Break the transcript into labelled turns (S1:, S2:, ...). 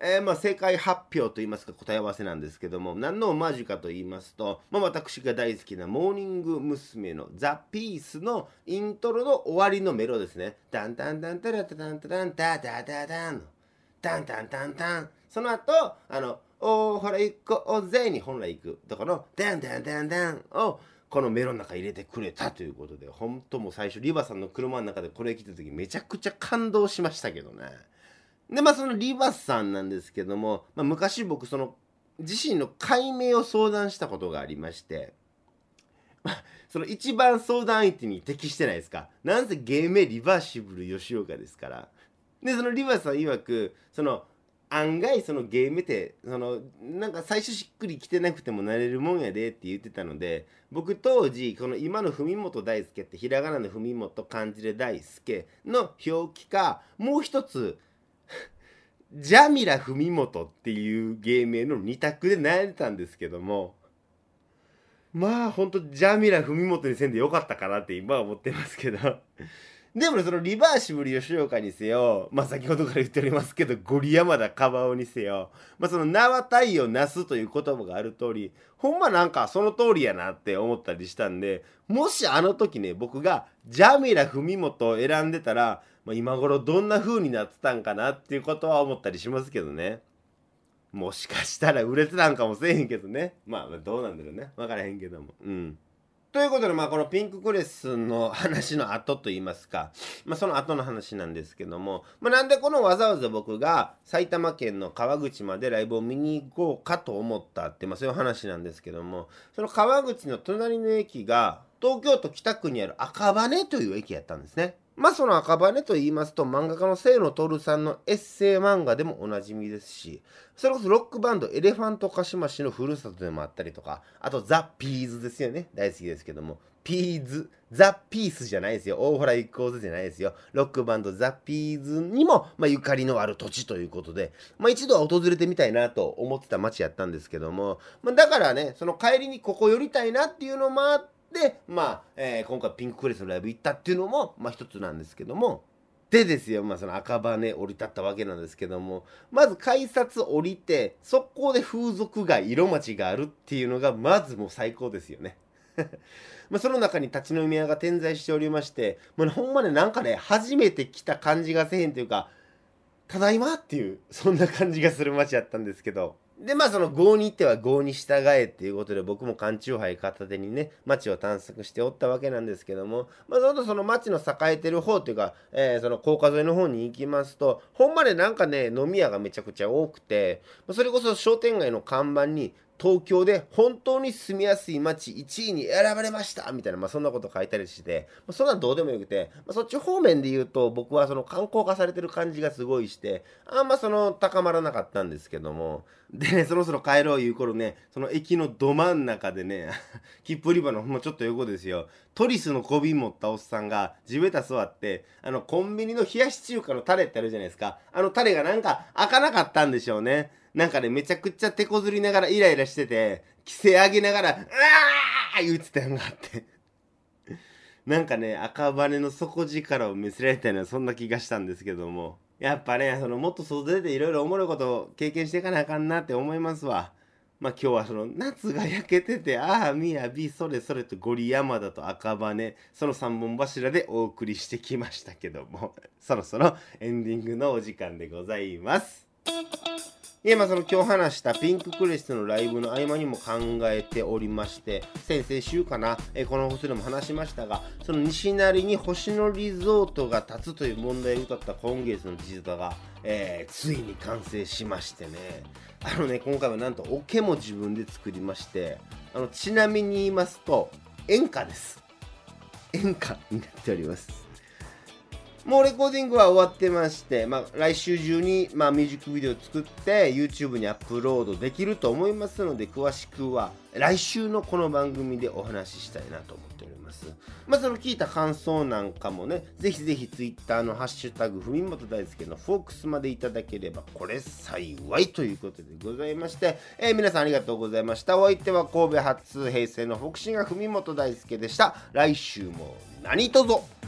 S1: 正解発表といいますか答え合わせなんですけども、何のオマージュかと言いますと、私が大好きなモーニング娘。のザ・ピースのイントロの終わりのメロですね。タンタンタンタラタタンタタンタタタタンタンタンタンタン、その後ほら行こうぜに本来行くところのタンタンタンタンをこのメロの中入れてくれたということで、本当もう最初リバさんの車の中でこれ聞いた時めちゃくちゃ感動しましたけどね。でそのリバさんなんですけども、昔僕その自身の解明を相談したことがありまして、その一番相談相手に適してないですか。なんせ芸名リバーシブル吉岡ですから。でそのリバさん曰く、その案外その芸名ってなんか最初しっくりきてなくてもなれるもんやでって言ってたので、僕当時この今の文本大輔ってひらがなの文本漢字で大輔の表記か、もう一つジャミラ文元っていう芸名の2択で悩んでたんですけども、ほんとジャミラ文元にせんでよかったかなって今は思ってますけどでもね、そのリバーシブル吉岡にせよ、先ほどから言っておりますけどゴリ山田カバオにせよ、その名は体をなすという言葉がある通り、ほんまなんかその通りやなって思ったりしたんで、もしあの時ね僕がジャミラ文元を選んでたら、今頃どんな風になってたんかなっていうことは思ったりしますけどね。もしかしたら売れてたんかもしれへんけどね。どうなんだろうね、分からへんけども。ということでこのピンククレスの話の後といいますか、その後の話なんですけども、なんでこのわざわざ僕が埼玉県の川口までライブを見に行こうかと思ったって、そういう話なんですけども、その川口の隣の駅が東京都北区にある赤羽という駅やったんですね。その赤羽と言いますと、漫画家の清野徹さんのエッセイ漫画でもおなじみですし、それこそロックバンドエレファントカシマシのふるさとでもあったりとか、あとザ・ピーズですよね、大好きですけども、ピーズザ・ピースじゃないですよ、大原一行じゃないですよ、ロックバンドザ・ピーズにも、ゆかりのある土地ということで、一度は訪れてみたいなと思ってた街やったんですけども、だからね、その帰りにここ寄りたいなっていうのもあってで今回ピンククレスのライブ行ったっていうのも一つなんですけども、でですよ、その赤羽降り立ったわけなんですけども、まず改札降りて速攻で風俗街色町があるっていうのがまずもう最高ですよねその中に立ち飲み屋が点在しておりまして、ほんまねなんかね初めて来た感じがせへんというか、ただいまっていうそんな感じがする街やったんですけど、でその郷に行っては郷に従えっていうことで、僕も缶チューハイ片手にね街を探索しておったわけなんですけども、どんどんその街の栄えてる方っていうか、その高架沿いの方に行きますと、ほんまでなんかね飲み屋がめちゃくちゃ多くて、それこそ商店街の看板に東京で本当に住みやすい街1位に選ばれましたみたいな、そんなこと書いたりして、そんなんどうでもよくて、そっち方面で言うと僕はその観光化されてる感じがすごいして、あんまその高まらなかったんですけども、でねそろそろ帰ろういう頃ね、その駅のど真ん中でね切符売り場のほんまちょっと横ですよ、トリスの小瓶持ったおっさんが地べた座ってコンビニの冷やし中華のタレってあるじゃないですか、タレがなんか開かなかったんでしょうね。なんかねめちゃくちゃ手こずりながらイライラしてて、規制上げながらうわー言うてたのがあってなんかね赤羽の底力を見せられたようなそんな気がしたんですけども、やっぱねもっと外出ていろいろおもろいことを経験していかなあかんなって思いますわ。今日はその夏が焼けてて、ああみやびそれそれとゴリ山田と赤羽、その3本柱でお送りしてきましたけどもそろそろエンディングのお時間でございます。その今日話したピンククレスのライブの合間にも考えておりまして、先々週かな、この放送でも話しましたが、その西成に星野リゾートが建つという問題を歌った今月の地歌が、ついに完成しましてね、今回はなんとオケも自分で作りまして、ちなみに言いますと演歌です。演歌になっております。もうレコーディングは終わってまして、来週中に、ミュージックビデオを作って YouTube にアップロードできると思いますので、詳しくは来週のこの番組でお話ししたいなと思っております。その聞いた感想なんかもね、ぜひぜひ Twitter のハッシュタグ文本大輔のフォークスまでいただければこれ幸いということでございまして、皆さんありがとうございました。お相手は神戸発平成のフォークシンガー文本大輔でした。来週も何卒